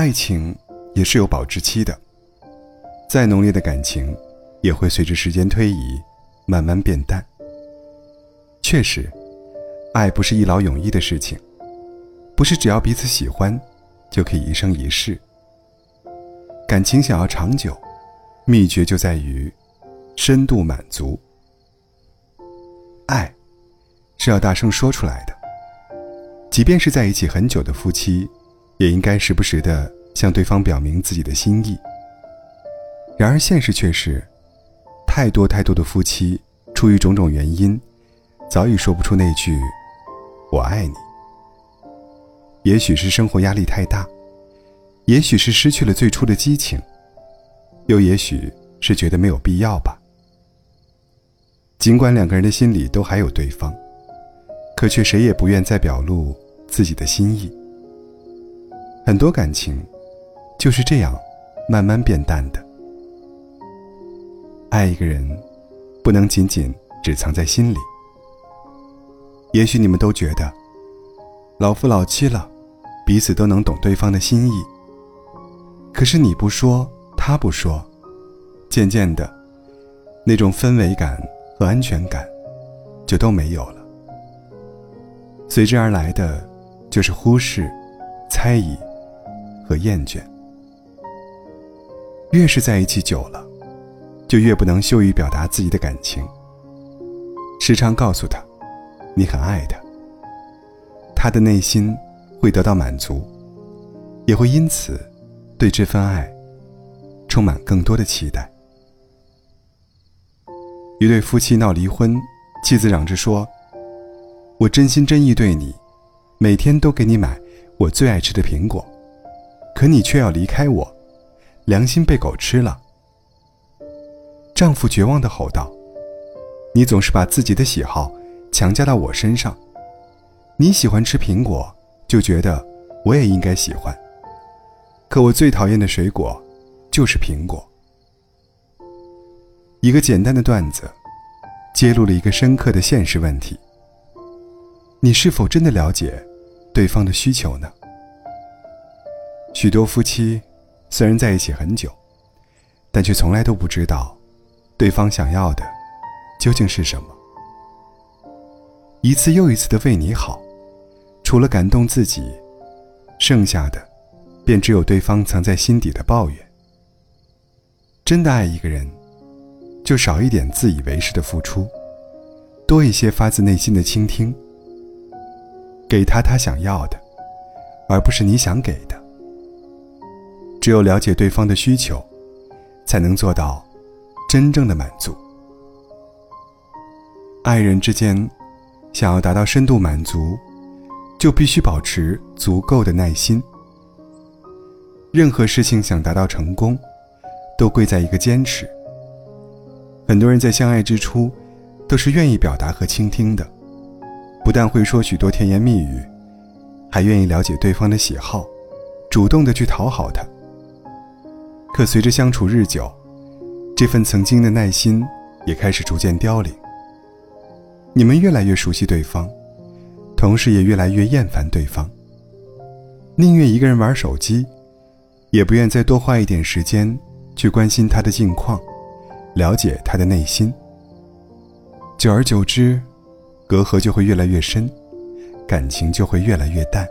爱情也是有保质期的，再浓烈的感情也会随着时间推移慢慢变淡。确实，爱不是一劳永逸的事情，不是只要彼此喜欢就可以一生一世。感情想要长久，秘诀就在于深度满足。爱是要大声说出来的，即便是在一起很久的夫妻，也应该时不时地向对方表明自己的心意。然而现实却是，太多的夫妻出于种种原因，早已说不出那句我爱你。也许是生活压力太大，也许是失去了最初的激情，又也许是觉得没有必要吧。尽管两个人的心里都还有对方，可却谁也不愿再表露自己的心意。很多感情就是这样慢慢变淡的。爱一个人不能仅仅只藏在心里。也许你们都觉得老夫老妻了，彼此都能懂对方的心意，可是你不说，他不说，渐渐的那种氛围感和安全感就都没有了。随之而来的就是忽视、猜疑和厌倦。越是在一起久了，就越不能羞于表达自己的感情。时常告诉他你很爱他，他的内心会得到满足，也会因此对这份爱充满更多的期待。一对夫妻闹离婚，妻子嚷着说，我真心真意对你，每天都给你买我最爱吃的苹果，可你却要离开我，良心被狗吃了。丈夫绝望地吼道，你总是把自己的喜好强加到我身上，你喜欢吃苹果，就觉得我也应该喜欢，可我最讨厌的水果就是苹果。一个简单的段子揭露了一个深刻的现实问题，你是否真的了解对方的需求呢？许多夫妻虽然在一起很久，但却从来都不知道对方想要的究竟是什么。一次又一次的为你好，除了感动自己，剩下的便只有对方藏在心底的抱怨。真的爱一个人，就少一点自以为是的付出，多一些发自内心的倾听，给他想要的，而不是你想给的。只有了解对方的需求，才能做到真正的满足。爱人之间想要达到深度满足，就必须保持足够的耐心。任何事情想达到成功，都贵在一个坚持。很多人在相爱之初都是愿意表达和倾听的，不但会说许多甜言蜜语，还愿意了解对方的喜好，主动地去讨好他。可随着相处日久，这份曾经的耐心也开始逐渐凋零。你们越来越熟悉对方，同时也越来越厌烦对方，宁愿一个人玩手机，也不愿再多花一点时间去关心他的近况，了解他的内心。久而久之，隔阂就会越来越深，感情就会越来越淡。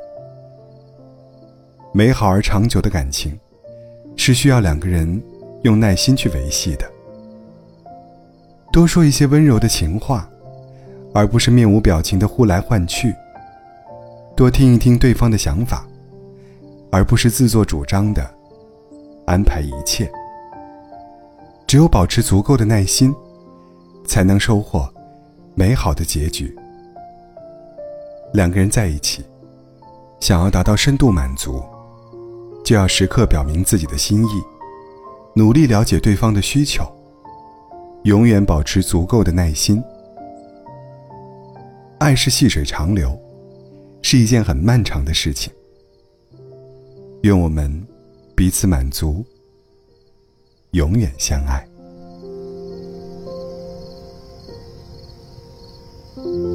美好而长久的感情是需要两个人用耐心去维系的。多说一些温柔的情话，而不是面无表情的呼来唤去。多听一听对方的想法，而不是自作主张的安排一切。只有保持足够的耐心，才能收获美好的结局。两个人在一起，想要达到深度满足，就要时刻表明自己的心意，努力了解对方的需求，永远保持足够的耐心。爱是细水长流，是一件很漫长的事情。愿我们彼此满足，永远相爱。